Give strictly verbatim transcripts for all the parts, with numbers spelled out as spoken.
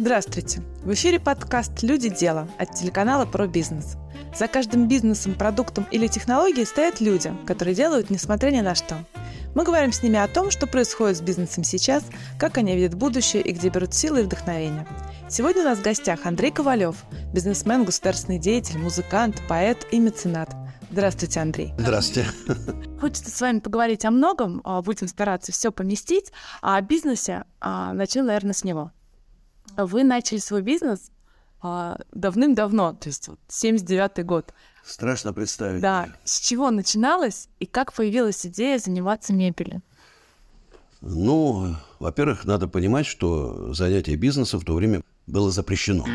Здравствуйте! В эфире подкаст «Люди. Дело» от телеканала «Про бизнес». За каждым бизнесом, продуктом или технологией стоят люди, которые делают несмотря ни на что. Мы говорим с ними о том, что происходит с бизнесом сейчас, как они видят будущее и где берут силы и вдохновение. Сегодня у нас в гостях Андрей Ковалев, бизнесмен, государственный деятель, музыкант, поэт и меценат. Здравствуйте, Андрей. Здравствуйте. Хочется с вами поговорить о многом, будем стараться все поместить, а о бизнесе начну, наверное, с него. Вы начали свой бизнес а, давным-давно, то есть вот, семьдесят девятый год. Страшно представить. Да. С чего начиналось и как появилась идея заниматься мебелью? Ну, во-первых, надо понимать, что занятие бизнесом в то время было запрещено.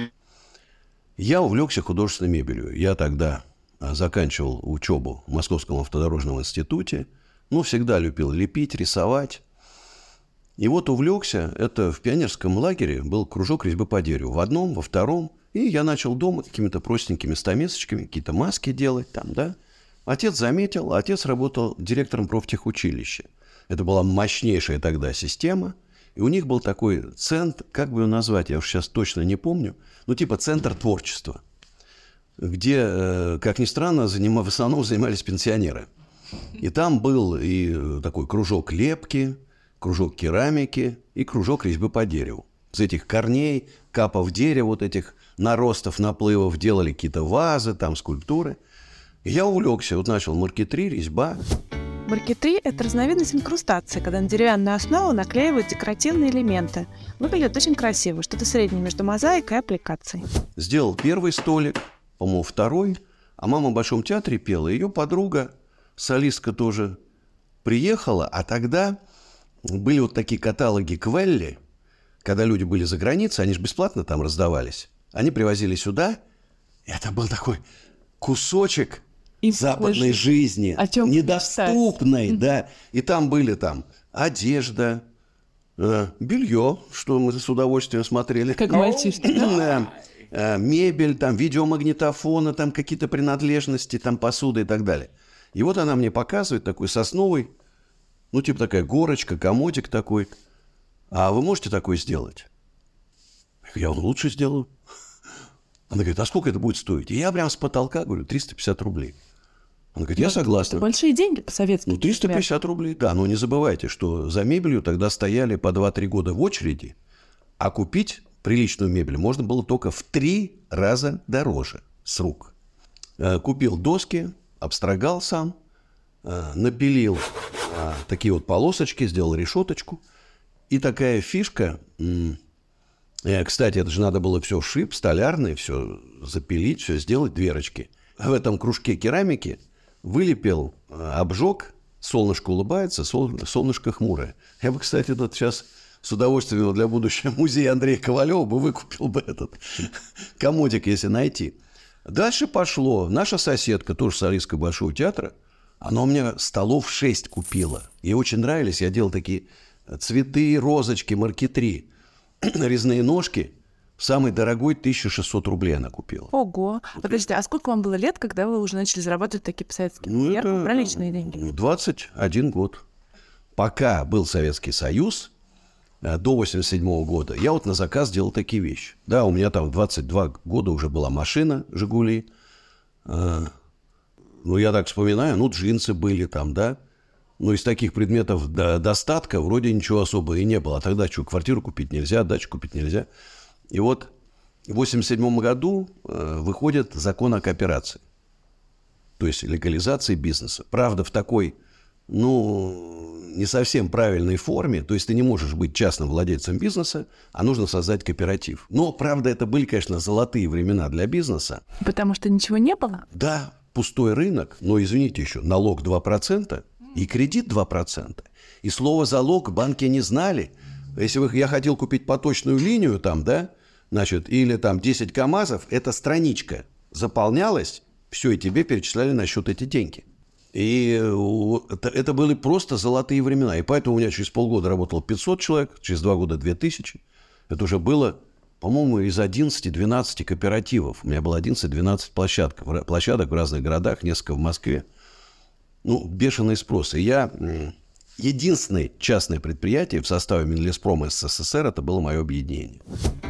Я увлекся художественной мебелью. Я тогда заканчивал учебу в Московском автодорожном институте. Ну, всегда любил лепить, рисовать. И вот увлекся, это в пионерском лагере был кружок резьбы по дереву. В одном, во втором. И я начал дома какими-то простенькими стамесочками, какие-то маски делать там, да. Отец заметил, отец работал директором профтехучилища. Это была мощнейшая тогда система. И у них был такой центр, как бы его назвать, я уж сейчас точно не помню, ну типа центр творчества, где, как ни странно, заним... в основном занимались пенсионеры. И там был и такой кружок лепки, кружок керамики и кружок резьбы по дереву. С этих корней, капов дерева, вот этих наростов, наплывов делали какие-то вазы, там скульптуры. И я увлекся, вот начал маркетри, резьба. Маркетри – это разновидность инкрустации, когда на деревянную основу наклеивают декоративные элементы. Выглядит очень красиво, что-то среднее между мозаикой и аппликацией. Сделал первый столик, по-моему, второй. А мама в Большом театре пела. Ее подруга, солистка тоже, приехала, а тогда... Были вот такие каталоги Квелли, когда люди были за границей, они же бесплатно там раздавались. Они привозили сюда, и это был такой кусочек и западной жизни, недоступной, да. И там были там одежда, э, белье, что мы с удовольствием смотрели. Как мальчишки. э, мебель, там видеомагнитофоны, там какие-то принадлежности, там посуда и так далее. И вот она мне показывает такой сосновый, ну, типа такая горочка, комодик такой. А вы можете такое сделать? Я вам лучше сделаю. Она говорит, а сколько это будет стоить? И я прям с потолка говорю, триста пятьдесят рублей. Она говорит, я согласна. Это большие деньги по-советски. Ну, триста пятьдесят рублей, да. Но не забывайте, что за мебелью тогда стояли по два-три года в очереди, а купить приличную мебель можно было только в три раза дороже с рук. Купил доски, обстрогал сам, напилил а, такие вот полосочки, сделал решеточку. И такая фишка, м- э, кстати, это же надо было все шип, столярный, все запилить, все сделать, дверочки. В этом кружке керамики вылепил, а, обжег, солнышко улыбается, сол- солнышко хмурое. Я бы, кстати, этот сейчас с удовольствием для будущего музея Андрея Ковалева бы выкупил бы этот комодик, если найти. Дальше пошло. Наша соседка, тоже солистка Большого театра, она у меня столов шесть купила. Ей очень нравились. Я делал такие цветы, розочки, маркетри. Резные ножки. Самый дорогой тысяча шестьсот рублей она купила. Ого. Подождите, а сколько вам было лет, когда вы уже начали зарабатывать такие по-советски? Ну, это приличные деньги. двадцать один год. Пока был Советский Союз, до восемьдесят седьмого года, я вот на заказ делал такие вещи. Да, у меня там в двадцать два года уже была машина «Жигули». Ну, я так вспоминаю, ну, джинсы были там, да. Ну, из таких предметов до достатка вроде ничего особо и не было. А тогда что, квартиру купить нельзя, дачу купить нельзя. И вот в восемьдесят седьмом году э, выходит закон о кооперации. То есть легализации бизнеса. Правда, в такой, ну, не совсем правильной форме. То есть ты не можешь быть частным владельцем бизнеса, а нужно создать кооператив. Но, правда, это были, конечно, золотые времена для бизнеса. Потому что ничего не было? Да. Пустой рынок, но, извините, еще налог два процента и кредит два процента. И слово «залог» банки не знали. Если бы я хотел купить поточную линию там, да, значит, или там десять КАМАЗов, эта страничка заполнялась, все, и тебе перечисляли на счет эти деньги. И это, это были просто золотые времена. И поэтому у меня через полгода работало пятьсот человек, через два года две тысячи. Это уже было... По-моему, из одиннадцати-двенадцати кооперативов. У меня было одиннадцать-двенадцать площадок, площадок в разных городах, несколько в Москве. Ну, бешеный спрос. И я... Единственное частное предприятие в составе Минлеспрома СССР, это было мое объединение.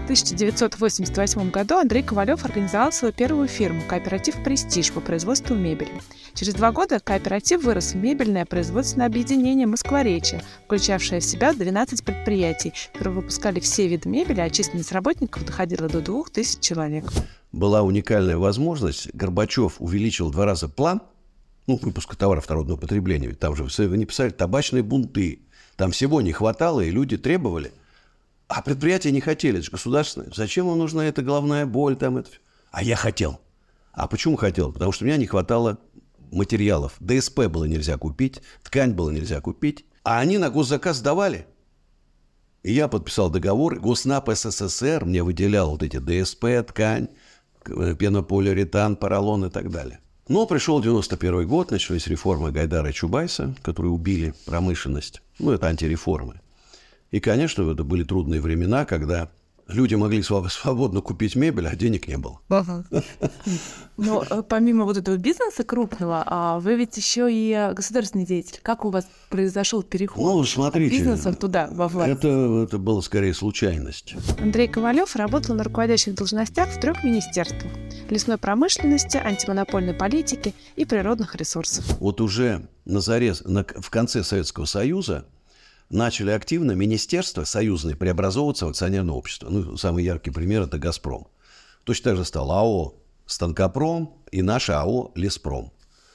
В тысяча девятьсот восемьдесят восьмом году Андрей Ковалев организовал свою первую фирму «Кооператив «Престиж» по производству мебели. Через два года кооператив вырос в мебельное производственное объединение «Москворечье», включавшее в себя двенадцать предприятий, которые выпускали все виды мебели, а численность работников доходила до двух тысяч человек. Была уникальная возможность. Горбачев увеличил в два раза план ну, выпуска товаров народного потребления. Ведь там же, вы не писали, табачные бунты. Там всего не хватало, и люди требовали. А предприятия не хотели, это же государственное. Зачем вам нужна эта головная боль? Там это? А я хотел. А почему хотел? Потому что у меня не хватало материалов. ДСП было нельзя купить, ткань было нельзя купить. А они на госзаказ давали. И я подписал договор. Госнаб СССР мне выделял вот эти ДСП, ткань, пенополиуретан, поролон и так далее. Но пришел девяносто первый год, начались реформы Гайдара и Чубайса, которые убили промышленность. Ну, это антиреформы. И, конечно, это были трудные времена, когда люди могли свободно купить мебель, а денег не было. Ага. Но помимо вот этого бизнеса крупного, вы ведь еще и государственный деятель. Как у вас произошел переход ну, смотрите, от бизнеса туда, во власть? Это, это было скорее случайность. Андрей Ковалев работал на руководящих должностях в трех министерствах: лесной промышленности, антимонопольной политики и природных ресурсов. Вот уже на заре, на, в конце Советского Союза начали активно министерства союзные преобразовываться в акционерное общество. Ну, самый яркий пример – это «Газпром». Точно так же стал АО «Станкопром» и наше АО «Леспром».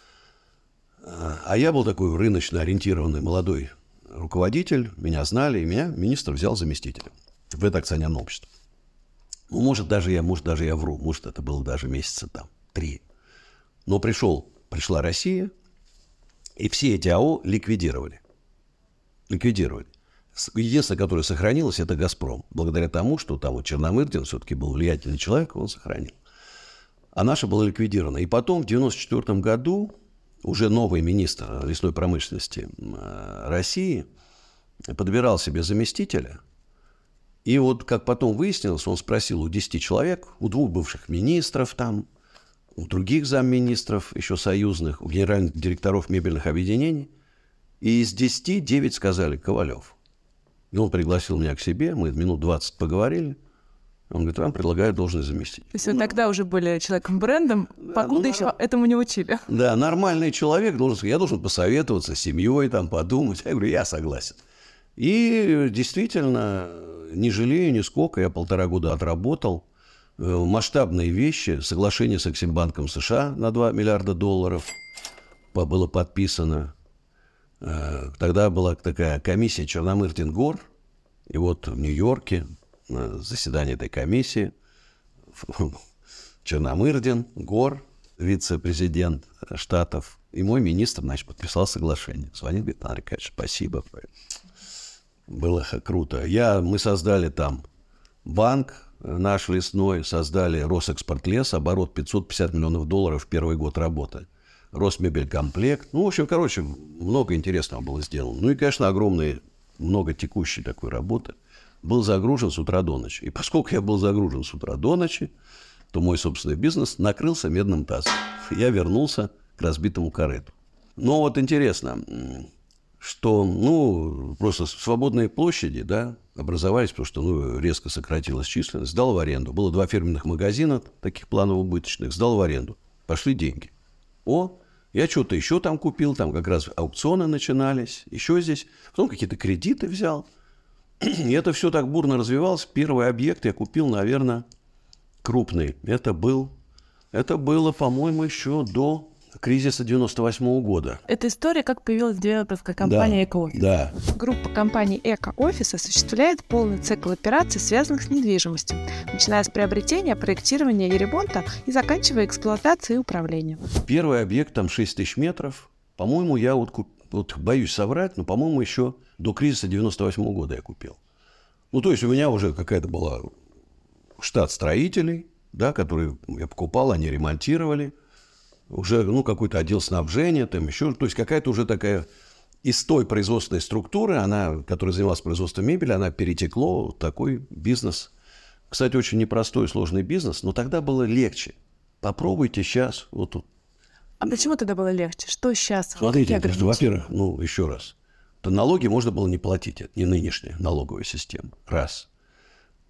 А я был такой рыночно ориентированный молодой руководитель. Меня знали, и меня министр взял заместителем в это акционерное общество. Ну, может, даже я, может, даже я вру. Может, это было даже месяца там три. Но пришел, пришла Россия, и все эти АО ликвидировали. Ликвидировали. Единственное, которое сохранилось, это «Газпром». Благодаря тому, что там вот Черномырдин все-таки был влиятельный человек, он сохранил. А наше было ликвидировано. И потом, в девяносто четвёртом году, уже новый министр лесной промышленности России подбирал себе заместителя. И вот, как потом выяснилось, он спросил у десяти человек, у двух бывших министров там, у других замминистров, еще союзных, у генеральных директоров мебельных объединений. И из десяти девять сказали «Ковалев». И он пригласил меня к себе, мы минут двадцать поговорили. Он говорит, вам предлагают должность заместителя. То есть вы тогда уже были человеком-брендом, покуда ну, еще этому не учили. Да, нормальный человек должен, я должен посоветоваться с семьей, там, подумать. Я говорю, я согласен. И действительно, не жалею нисколько, я полтора года отработал. Масштабные вещи, соглашение с Эксимбанком США на два миллиарда долларов было подписано. Тогда была такая комиссия Черномырдин-Гор, и вот в Нью-Йорке на заседании этой комиссии Черномырдин, Гор, вице-президент Штатов, и мой министр, значит, подписал соглашение. Звонит, говорит, Андрей Аркадьевич, спасибо. Было круто. Я, мы создали там банк наш лесной, создали Росэкспортлес, оборот пятьсот пятьдесят миллионов долларов в первый год работы. Росмебелькомплект. Ну, в общем, короче, много интересного было сделано. Ну и, конечно, огромное, много текущей такой работы. Был загружен с утра до ночи. И поскольку я был загружен с утра до ночи, то мой собственный бизнес накрылся медным тазом. Я вернулся к разбитому корыту. Но вот интересно, что, ну, просто свободные площади, да, образовались, потому что, ну, резко сократилась численность. Сдал в аренду. Было два фирменных магазина, таких планово-убыточных. Сдал в аренду. Пошли деньги. О, я что-то еще там купил, там как раз аукционы начинались, еще здесь. Потом какие-то кредиты взял. И это все так бурно развивалось. Первый объект я купил, наверное, крупный. Это был, это было, по-моему, еще до кризиса девяносто восьмого года. Эта история, как появилась девелоперская компания да, «Эко-офис». Да. Группа компаний «Эко-офис» осуществляет полный цикл операций, связанных с недвижимостью, начиная с приобретения, проектирования и ремонта и заканчивая эксплуатацией и управлением. Первый объект, там шесть тысяч метров. По-моему, я вот, куп... вот боюсь соврать, но, по-моему, еще до кризиса девяносто восьмого года я купил. Ну, то есть у меня уже какая-то была штат строителей, да, которые я покупал, они ремонтировали. Уже, ну, какой-то отдел снабжения, там еще, то есть какая-то уже такая из той производственной структуры, она, которая занималась производством мебели, она перетекло в такой бизнес. Кстати, очень непростой, сложный бизнес, но тогда было легче. Попробуйте сейчас. Вот тут. А почему тогда было легче? Что сейчас? Смотрите, во-первых, ну, еще раз. То налоги можно было не платить, это не нынешняя налоговая система. Раз.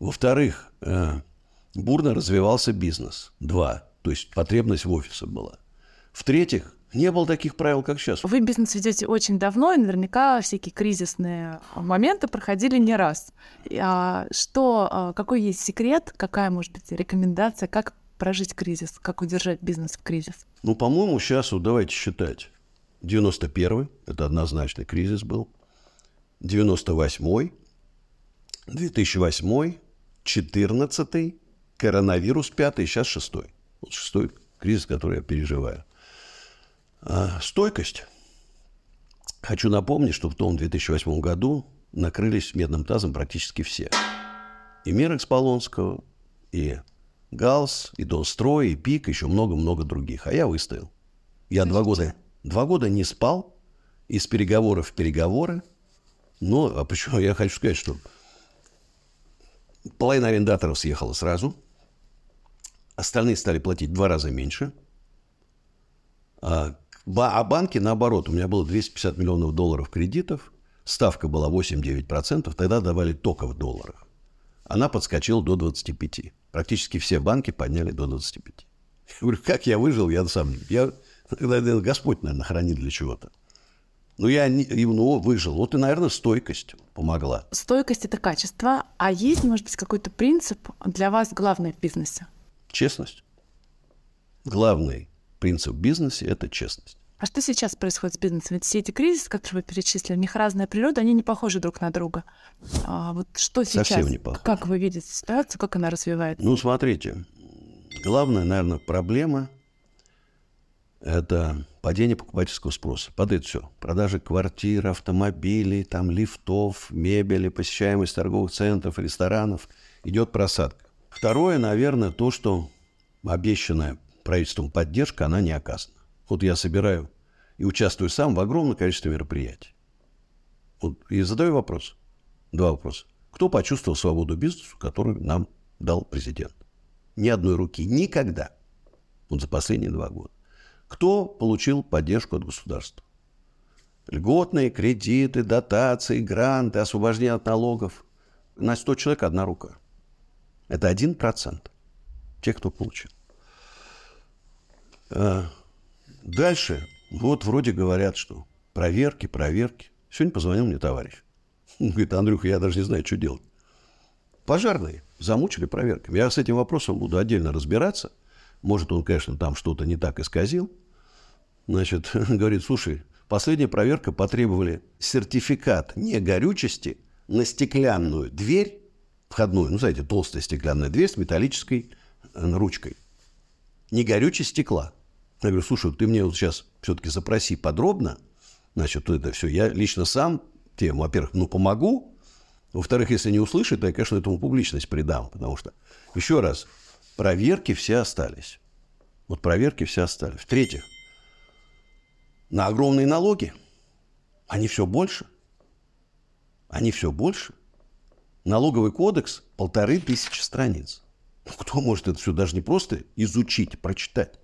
Во-вторых, э, бурно развивался бизнес. Два. То есть потребность в офисах была. В-третьих, не было таких правил, как сейчас. Вы бизнес ведете очень давно, и наверняка всякие кризисные моменты проходили не раз. А что, какой есть секрет, какая, может быть, рекомендация, как прожить кризис, как удержать бизнес в кризис? Ну, по-моему, сейчас, вот давайте считать. девяносто первый, это однозначный кризис был. девяносто восьмой, две тысячи восьмой, четырнадцатый, коронавирус пятый, сейчас шестой. Вот шестой кризис, который я переживаю. А, стойкость. Хочу напомнить, что в том две тысячи восьмом году накрылись медным тазом практически все. И Мерекс Полонского, и Галс, и Донстрой, и ПИК, еще много-много других. А я выстоял. Я два года, два года не спал, из переговоров в переговоры. Но, а почему я хочу сказать, что половина арендаторов съехала сразу, остальные стали платить в два раза меньше. А, а банки, наоборот, у меня было двести пятьдесят миллионов долларов кредитов, ставка была восемь-девять процентов, тогда давали только в долларах. Она подскочила до двадцати пяти. Практически все банки подняли до двадцати пяти. Я говорю, как я выжил, я сам... Я, Господь, наверное, хранит для чего-то. Ну, я ну, выжил. Вот и, наверное, стойкость помогла. Стойкость – это качество. А есть, может быть, какой-то принцип для вас главный в бизнесе? Честность. Главный принцип в бизнесе – это честность. А что сейчас происходит с бизнесом? Ведь все эти кризисы, которые вы перечислили, у них разная природа, они не похожи друг на друга. А вот что сейчас? Совсем не похожи. Как вы видите ситуацию, как она развивается? Ну, смотрите. Главная, наверное, проблема – это падение покупательского спроса. Падает все. Продажи квартир, автомобилей, там, лифтов, мебели, посещаемость торговых центров, ресторанов. Идет просадка. Второе, наверное, то, что обещанная правительством поддержка, она не оказана. Вот я собираю и участвую сам в огромном количестве мероприятий. Вот, и задаю вопрос. Два вопроса. Кто почувствовал свободу бизнесу, которую нам дал президент? Ни одной руки. Никогда. Вот за последние два года. Кто получил поддержку от государства? Льготные кредиты, дотации, гранты, освобождение от налогов. На сто человек одна рука. Это один процент тех, кто получил. А дальше, вот вроде говорят, что проверки, проверки. Сегодня позвонил мне товарищ. Он говорит, Андрюха, я даже не знаю, что делать. Пожарные замучили проверками. Я с этим вопросом буду отдельно разбираться. Может, он, конечно, там что-то не так исказил. Значит, говорит, слушай, последняя проверка потребовали сертификат негорючести на стеклянную дверь, входную, ну, знаете, толстая стеклянная дверь с металлической ручкой. Негорючесть стекла. Я говорю, слушай, ты мне вот сейчас все-таки запроси подробно, значит, это все. Я лично сам тебе, во-первых, ну, помогу. Во-вторых, если не услышит, то я, конечно, этому публичность придам. Потому что, еще раз, проверки все остались. Вот проверки все остались. В-третьих, на огромные налоги. Они все больше. Они все больше. Налоговый кодекс полторы тысячи страниц. Ну, кто может это все даже не просто изучить, прочитать?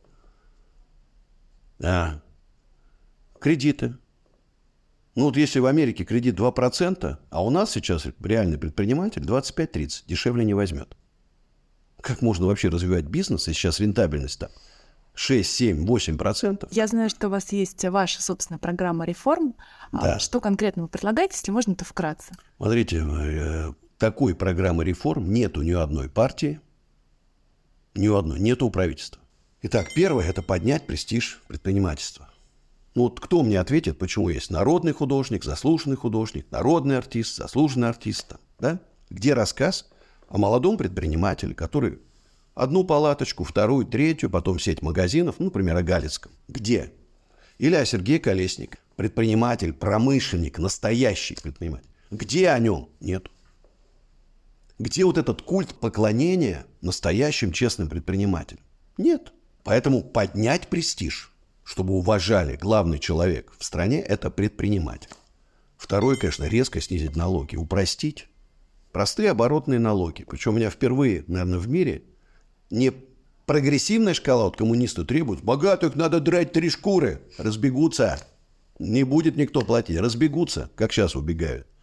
А, кредиты. Ну, вот если в Америке кредит два процента, а у нас сейчас реальный предприниматель двадцать пять - тридцать, дешевле не возьмет. Как можно вообще развивать бизнес, если сейчас рентабельность там шесть, семь, восемь процентов? Я знаю, что у вас есть ваша собственная программа реформ. Да. Что конкретно вы предлагаете, если можно, то вкратце? Смотрите, такой программы реформ нет у ни одной партии, ни у одной, нет у правительства. Итак, первое – это поднять престиж предпринимательства. Ну вот кто мне ответит, почему есть народный художник, заслуженный художник, народный артист, заслуженный артист, да? Где рассказ о молодом предпринимателе, который одну палаточку, вторую, третью, потом сеть магазинов, ну, например, о Галицком. Где? Или о Сергее Колеснике, предприниматель, промышленник, настоящий предприниматель. Где о нем? Нет. Где вот этот культ поклонения настоящим честным предпринимателям? Нет. Поэтому поднять престиж, чтобы уважали главный человек в стране, это предприниматель. Второе, конечно, резко снизить налоги, упростить. Простые оборотные налоги. Причем у меня впервые, наверное, в мире не прогрессивная шкала от коммунистов требует. Богатых надо драть три шкуры. Разбегутся. Не будет никто платить. Разбегутся, как сейчас убегают.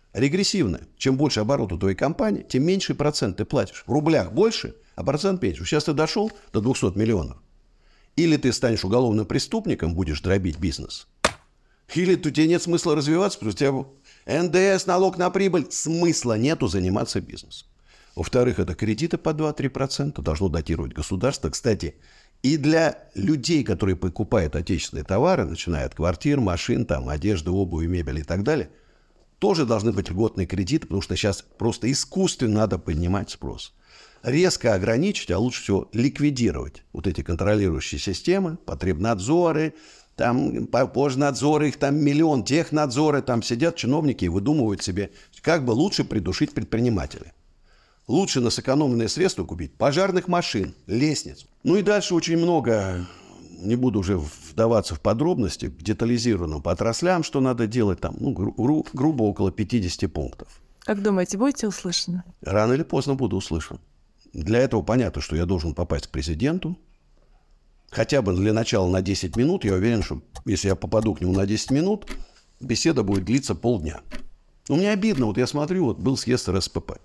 Регрессивная. Чем больше оборот у твоей компании, тем меньше процент ты платишь. В рублях больше, а процент меньше. Сейчас ты дошел до двухсот миллионов. Или ты станешь уголовным преступником, будешь дробить бизнес. Или у тебя нет смысла развиваться, потому что у тебя эн дэ эс, налог на прибыль. Смысла нету заниматься бизнесом. Во-вторых, это кредиты по два-три процента должно датировать государство. Кстати, и для людей, которые покупают отечественные товары, начиная от квартир, машин, там, одежды, обуви, мебели и так далее, тоже должны быть льготные кредиты, потому что сейчас просто искусственно надо поднимать спрос. Резко ограничить, а лучше всего ликвидировать вот эти контролирующие системы, потребнадзоры, там пожнадзоры, их там миллион, технадзоры, там сидят чиновники и выдумывают себе, как бы лучше придушить предпринимателей. Лучше на сэкономленные средства купить пожарных машин, лестниц. Ну и дальше очень много, не буду уже вдаваться в подробности, детализированно по отраслям, что надо делать, там, ну, гру- гру- грубо около пятидесяти пунктов. Как думаете, будете услышаны? Рано или поздно буду услышан. Для этого понятно, что я должен попасть к президенту. Хотя бы для начала на десять минут. Я уверен, что если я попаду к нему на десять минут, беседа будет длиться полдня. Но мне обидно, вот я смотрю, вот был съезд эр эс пэ пэ.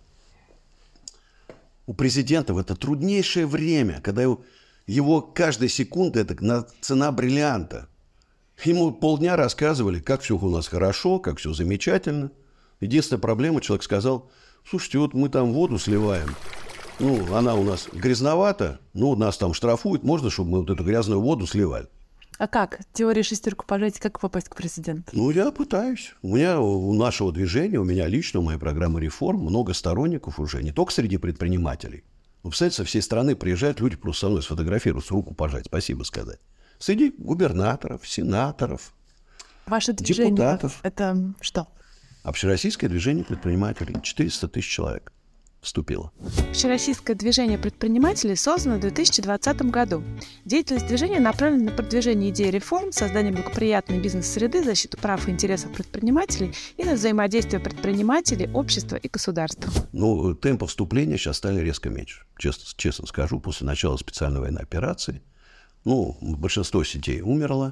У президента в это труднейшее время, когда его, его каждая секунда – это цена бриллианта. Ему полдня рассказывали, как все у нас хорошо, как все замечательно. Единственная проблема, человек сказал, слушайте, вот мы там воду сливаем. Ну, она у нас грязновата, ну, нас там штрафуют, можно, чтобы мы вот эту грязную воду сливали. А как? Теория шестерку пожать, как попасть к президенту? Ну, я пытаюсь. У меня, у нашего движения, у меня лично, у моей программы реформ много сторонников уже, не только среди предпринимателей. Вы представляете, со всей страны приезжают люди просто со мной сфотографируются, руку пожать, спасибо сказать. Среди губернаторов, сенаторов, Ваше движение депутатов. Это что? Общероссийское движение предпринимателей. четыреста тысяч человек вступило. Общероссийское движение предпринимателей создано в две тысячи двадцатом году. Деятельность движения направлена на продвижение идей реформ, создание благоприятной бизнес-среды, защиту прав и интересов предпринимателей и на взаимодействие предпринимателей, общества и государства. Ну, темпы вступления сейчас стали резко меньше. Честно, честно скажу, после начала специальной военной операции, ну, большинство сетей умерло.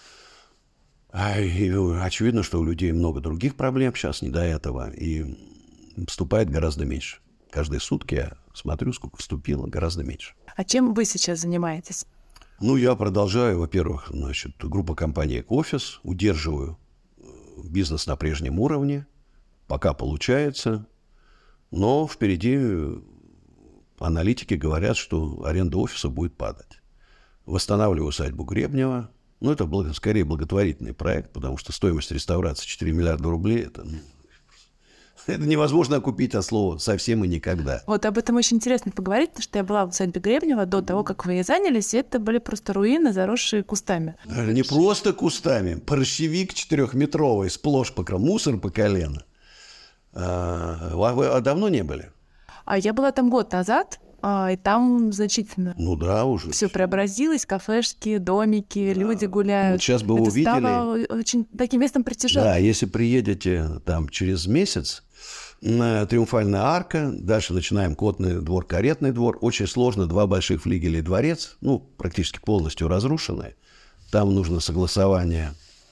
А, и очевидно, что у людей много других проблем сейчас, не до этого, и вступает гораздо меньше. Каждые сутки я смотрю, сколько вступило, гораздо меньше. А чем вы сейчас занимаетесь? Ну, я продолжаю, во-первых, значит, группа компании «Экофис», удерживаю бизнес на прежнем уровне, пока получается, но впереди аналитики говорят, что аренда офиса будет падать. Восстанавливаю усадьбу Гребнева. Ну, это благо, скорее благотворительный проект, потому что стоимость реставрации четыре миллиарда рублей, это... Ну, это невозможно окупить от слова совсем и никогда. Вот об этом очень интересно поговорить, потому что я была в усадьбе Гребнева до того, как вы ей занялись, и это были просто руины, заросшие кустами. Не просто кустами. Борщевик четырехметровый, сплошь покрыл, мусор по колено. А, вы а давно не были? А я была там год назад, и там значительно. Ну да, уже. Все преобразилось, кафешки, домики, да. Люди гуляют. Вот сейчас бы это вы увидели. Стало очень таким местом притяжения. Да, если приедете там через месяц, Триумфальная арка, дальше начинаем Котный двор, Каретный двор. Очень сложно, два больших флигеля и дворец, ну, практически полностью разрушенные. Там нужно согласование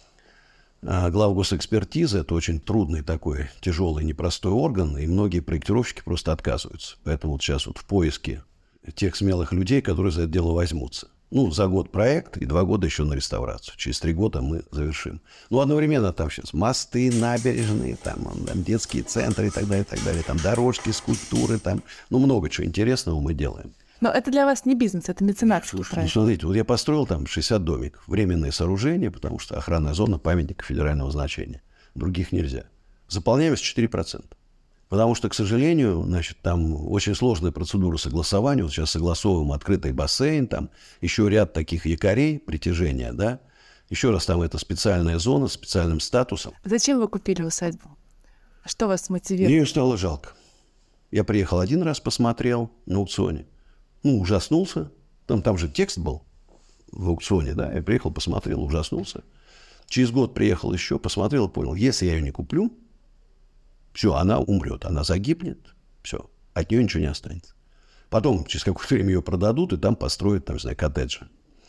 глав госэкспертизы. Это очень трудный такой, тяжелый, непростой орган, и многие проектировщики просто отказываются. Поэтому вот сейчас вот в поиске тех смелых людей, которые за это дело возьмутся. Ну, за год проект и два года еще на реставрацию. Через три года мы завершим. Ну, одновременно там сейчас мосты, набережные, там, там детские центры и так далее, и так далее. Там дорожки, скульптуры, там, ну, много чего интересного мы делаем. Но это для вас не бизнес, это меценатский Слушай, проект. Ну, смотрите, вот я построил там шестьдесят домиков. Временные сооружения, потому что охранная зона памятника федерального значения. Других нельзя. Заполняемость четыре процента. Потому что, к сожалению, значит, там очень сложная процедура согласования. Вот сейчас согласовываем открытый бассейн, там еще ряд таких якорей притяжения, да. Еще раз, там это специальная зона с специальным статусом. Зачем вы купили усадьбу? Что вас мотивирует? Мне ее стало жалко. Я приехал один раз, посмотрел на аукционе. Ну, ужаснулся. Там, там же текст был в аукционе, да. Я приехал, посмотрел, ужаснулся. Через год приехал еще, посмотрел, понял, если я ее не куплю, все, она умрет, она загибнет, все, от нее ничего не останется. Потом через какое-то время ее продадут, и там построят, там, не знаю, коттеджи.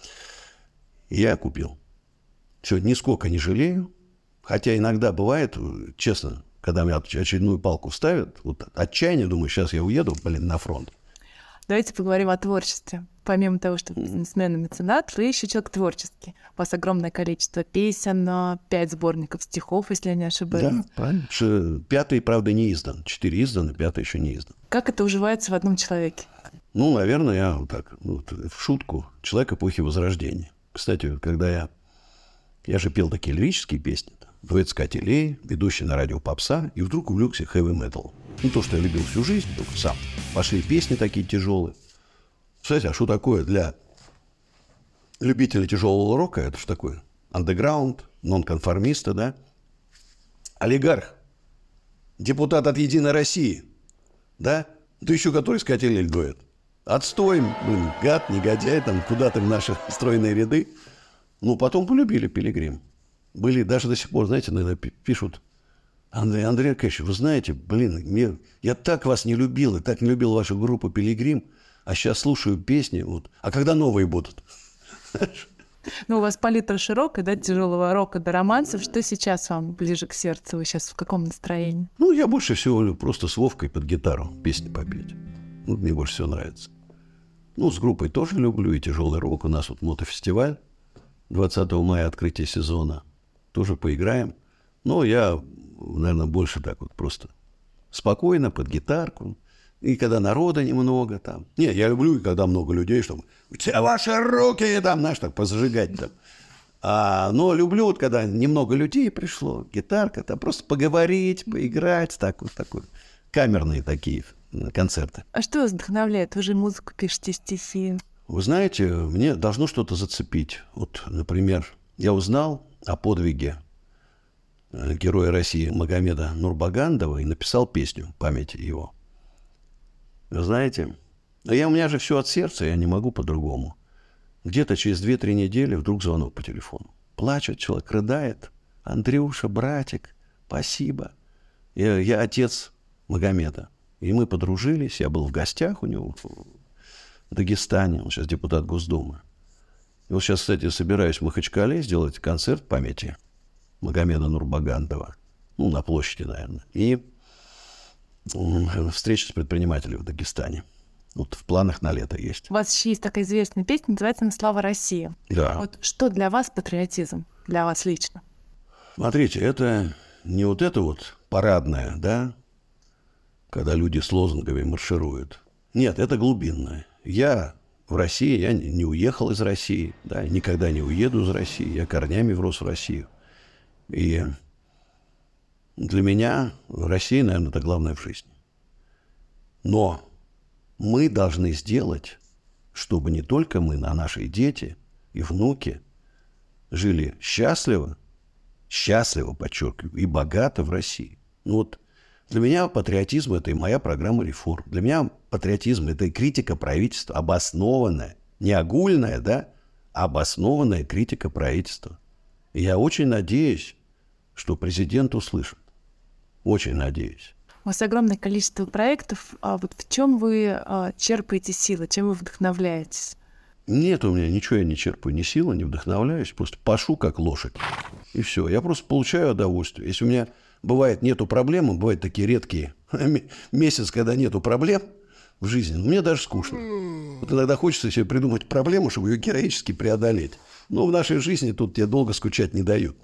И я купил. Все, нисколько не жалею. Хотя иногда бывает, честно, когда мне очередную палку вставят, вот отчаяние, думаю, сейчас я уеду, блин, на фронт. Давайте поговорим о творчестве. Помимо того, что бизнесмен и меценат, вы еще человек творческий. У вас огромное количество песен, пять сборников стихов, если я не ошибаюсь. Да, правильно. Ш- Пятый, правда, не издан. Четыре изданы, пятый еще не издан. Как это уживается в одном человеке? Ну, наверное, я вот так, ну, в шутку, человек эпохи Возрождения. Кстати, когда я... Я же пел такие лирические песни. Дуэт с Катей Лей, ведущий на радио попса, и вдруг увлекся хэви-метал. Ну, то, что я любил всю жизнь, только сам. Пошли песни такие тяжелые. Кстати, а что такое для любителей тяжелого рока? Это что такое? Андеграунд, нонконформисты, да? Олигарх, депутат от «Единой России», да? Да еще который с Катей Лей дуэт. Отстой, блин, гад, негодяй, там, куда ты в наши стройные ряды. Ну, потом полюбили «Пилигрим». Были даже до сих пор, знаете, иногда пишут: Андрей, Андрей Аркадьевич, вы знаете, блин, мне, я так вас не любил, и так не любил вашу группу «Пилигрим», а сейчас слушаю песни, вот, а когда новые будут? Ну, у вас палитра широкая, да, тяжелого рока до романсов. Что сейчас вам ближе к сердцу? Вы сейчас в каком настроении? Ну, я больше всего люблю просто с Вовкой под гитару песни попеть. Ну, мне больше всего нравится. Ну, с группой тоже люблю, и тяжелый рок. У нас вот мотофестиваль, двадцатого мая открытие сезона. Тоже поиграем. Но я, наверное, больше так вот просто спокойно, под гитарку. И когда народа немного там. Не, я люблю, когда много людей, чтобы «Где ваши руки?» там, знаешь, так позажигать там. А, но люблю, вот когда немного людей пришло, гитарка, там просто поговорить, поиграть, так вот такой. Камерные такие концерты. А что вас вдохновляет? Вы же музыку пишете, стихи. Вы знаете, мне должно что-то зацепить. Вот, например, я узнал о подвиге героя России Магомеда Нурбагандова и написал песню в память его. Вы знаете, я, у меня же все от сердца, я не могу по-другому. Где-то через две-три недели вдруг звонок по телефону. Плачет человек, рыдает. Андрюша, братик, спасибо. Я, я отец Магомеда. И мы подружились, я был в гостях у него в Дагестане, он сейчас депутат Госдумы. И вот сейчас, кстати, собираюсь в Махачкале сделать концерт в памяти Магомеда Нурбагандова. Ну, на площади, наверное. И встреча с предпринимателями в Дагестане. Вот в планах на лето есть. У вас еще есть такая известная песня, называется «На слава России». Да. Вот что для вас патриотизм? Для вас лично? Смотрите, это не вот это вот парадное, да, когда люди с лозунгами маршируют. Нет, это глубинное. Я в России, я не уехал из России, да, никогда не уеду из России. Я корнями врос в Россию. И для меня Россия, наверное, это главное в жизни. Но мы должны сделать, чтобы не только мы, а наши дети и внуки жили счастливо, счастливо, подчеркиваю, и богато в России. Ну вот для меня патриотизм – это и моя программа реформ. Для меня патриотизм – это и критика правительства, обоснованная, не огульная, да, а обоснованная критика правительства. И я очень надеюсь, что президент услышит. Очень надеюсь. У вас огромное количество проектов. А вот в чем вы а, черпаете силы, чем вы вдохновляетесь? Нет у меня ничего, я не черпаю ни силы, не вдохновляюсь. Просто пашу, как лошадь. И все. Я просто получаю удовольствие. Если у меня бывает нету проблем, бывают такие редкие месяцы, когда нету проблем в жизни, мне даже скучно. Вот иногда хочется себе придумать проблему, чтобы ее героически преодолеть. Но в нашей жизни тут тебе долго скучать не дают.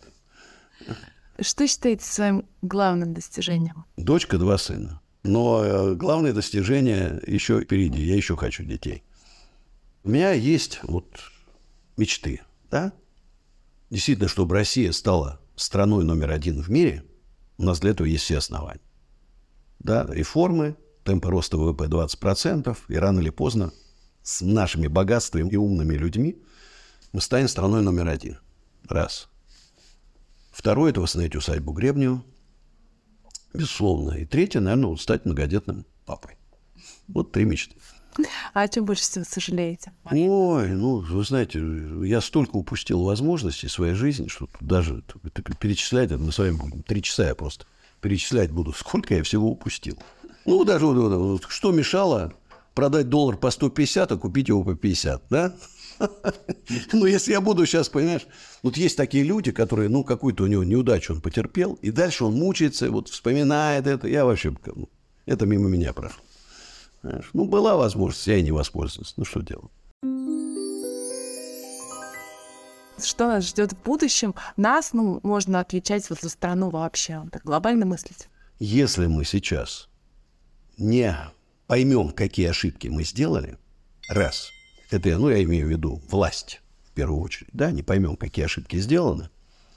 Что считаете своим главным достижением? Дочка, два сына. Но э, главное достижение еще впереди. Я еще хочу детей. У меня есть вот мечты, да? Действительно, чтобы Россия стала страной номер один в мире, у нас для этого есть все основания. Да, реформы, темпы роста ВВП двадцать процентов, и рано или поздно с нашими богатствами и умными людьми мы станем страной номер один. Раз. Второе – это восстановить усадьбу Гребнева. Безусловно. И третье, наверное, вот стать многодетным папой. Вот три мечты. А о чем больше всего сожалеете? Ой, ну, вы знаете, я столько упустил возможностей в своей жизни, что тут даже перечислять, мы с вами будем три часа я просто перечислять буду, сколько я всего упустил. Ну, даже вот, вот, что мешало продать доллар по сто пятьдесят, а купить его по пятьдесят, да? Ну, если я буду сейчас, понимаешь, вот есть такие люди, которые, ну, какую-то у него неудачу он потерпел, и дальше он мучается, вот вспоминает это. Я вообще, ну, это мимо меня прошло. Знаешь, ну, была возможность, я и не воспользовался. Ну, что делать? Что нас ждет в будущем? Нас, ну, можно отвечать вот за страну вообще, так глобально мыслить. Если мы сейчас не поймем, какие ошибки мы сделали, раз, это, ну, я имею в виду власть, в первую очередь, да, не поймем, какие ошибки сделаны,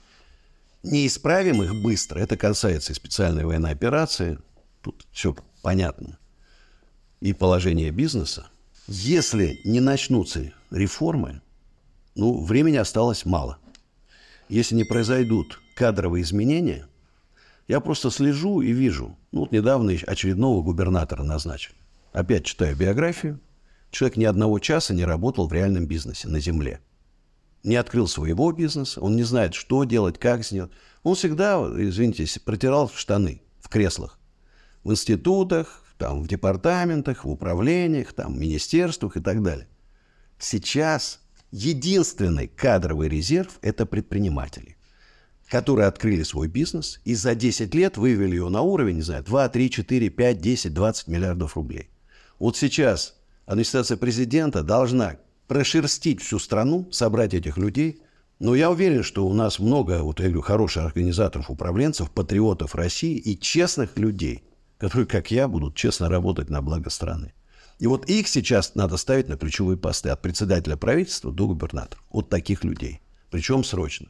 не исправим их быстро, это касается и специальной военной операции, тут все понятно, и положения бизнеса. Если не начнутся реформы, ну, времени осталось мало. Если не произойдут кадровые изменения, я просто слежу и вижу. Ну, вот недавно очередного губернатора назначили. Опять читаю биографию. Человек ни одного часа не работал в реальном бизнесе на земле. Не открыл своего бизнеса, он не знает, что делать, как сделать. Он всегда, извините, протирал штаны в креслах. В институтах, там, в департаментах, в управлениях, там, в министерствах и так далее. Сейчас единственный кадровый резерв – это предприниматели, которые открыли свой бизнес и за десять лет вывели его на уровень, не знаю, два, три, четыре, пять, десять, двадцать миллиардов рублей. Вот сейчас администрация президента должна прошерстить всю страну, собрать этих людей. Но я уверен, что у нас много, вот я говорю, хороших организаторов, управленцев, патриотов России и честных людей, которые, как я, будут честно работать на благо страны. И вот их сейчас надо ставить на ключевые посты от председателя правительства до губернатора. Вот таких людей. Причем срочно.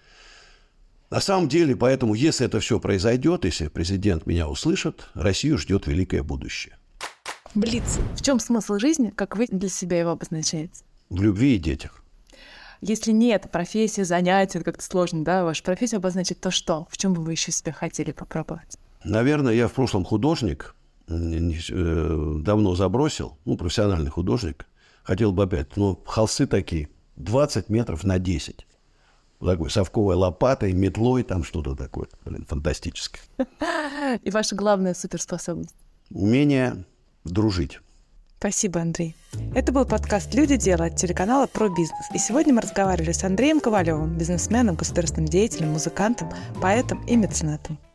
На самом деле, поэтому, если это все произойдет, если президент меня услышит, Россию ждет великое будущее. Блиц. В чем смысл жизни, как вы для себя его обозначаете? В любви и детях. Если нет, профессия, занятия, это как-то сложно, да? Вашу профессию обозначить, то что? В чем бы вы еще себя хотели попробовать? Наверное, я в прошлом художник, давно забросил, ну, профессиональный художник. Хотел бы опять, ну, холсты такие, двадцать метров на десять. Такой совковой лопатой, метлой, там что-то такое, блин, фантастическое. И ваша главная суперспособность? Умение дружить. Спасибо, Андрей. Это был подкаст «Люди. Дело» от телеканала «Про бизнес». И сегодня мы разговаривали с Андреем Ковалевым, бизнесменом, государственным деятелем, музыкантом, поэтом и меценатом.